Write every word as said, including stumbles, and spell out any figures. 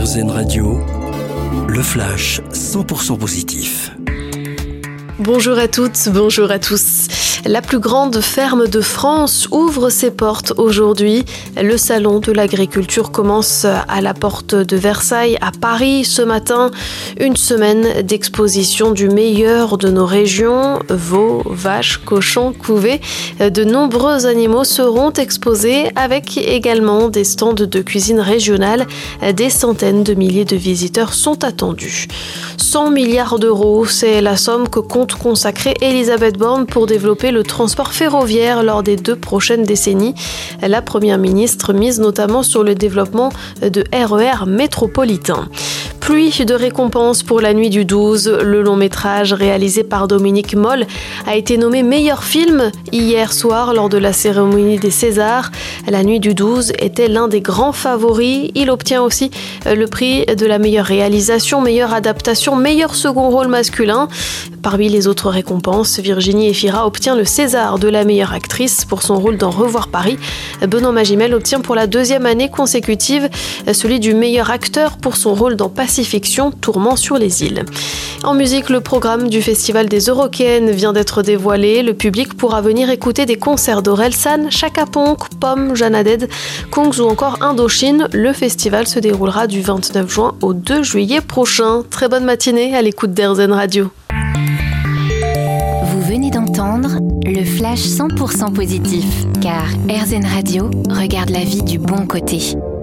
R Z N Radio, le flash cent pour cent positif. Bonjour à toutes, bonjour à tous. La plus grande ferme de France ouvre ses portes aujourd'hui. Le salon de l'agriculture commence à la porte de Versailles à Paris ce matin. Une semaine d'exposition du meilleur de nos régions. Veaux, vaches, cochons, couvées. De nombreux animaux seront exposés avec également des stands de cuisine régionale. Des centaines de milliers de visiteurs sont attendus. cent milliards d'euros, c'est la somme que compte consacrer Elisabeth Borne pour développer le transport ferroviaire lors des deux prochaines décennies. La première ministre mise notamment sur le développement de R E R métropolitains. Pluie de récompenses pour La Nuit du douze. Le long métrage réalisé par Dominique Moll a été nommé meilleur film hier soir lors de la cérémonie des Césars. La Nuit du douze était l'un des grands favoris. Il obtient aussi le prix de la meilleure réalisation, meilleure adaptation, meilleur second rôle masculin. Parmi les autres récompenses, Virginie Efira obtient le César de la meilleure actrice pour son rôle dans Revoir Paris. Benoît Magimel obtient pour la deuxième année consécutive celui du meilleur acteur pour son rôle dans Pacifiction, Tourment sur les îles. En musique, le programme du Festival des Eurokéennes vient d'être dévoilé. Le public pourra venir écouter des concerts d'Orelsan, Chaka Ponk, Pomme, Jeanne Haddad, Kongs ou encore Indochine. Le festival se déroulera du vingt-neuf juin au deux juillet prochain. Très bonne matinée à l'écoute d'R Z N Radio. Vous venez d'entendre le flash cent pour cent positif, car R Z N Radio regarde la vie du bon côté.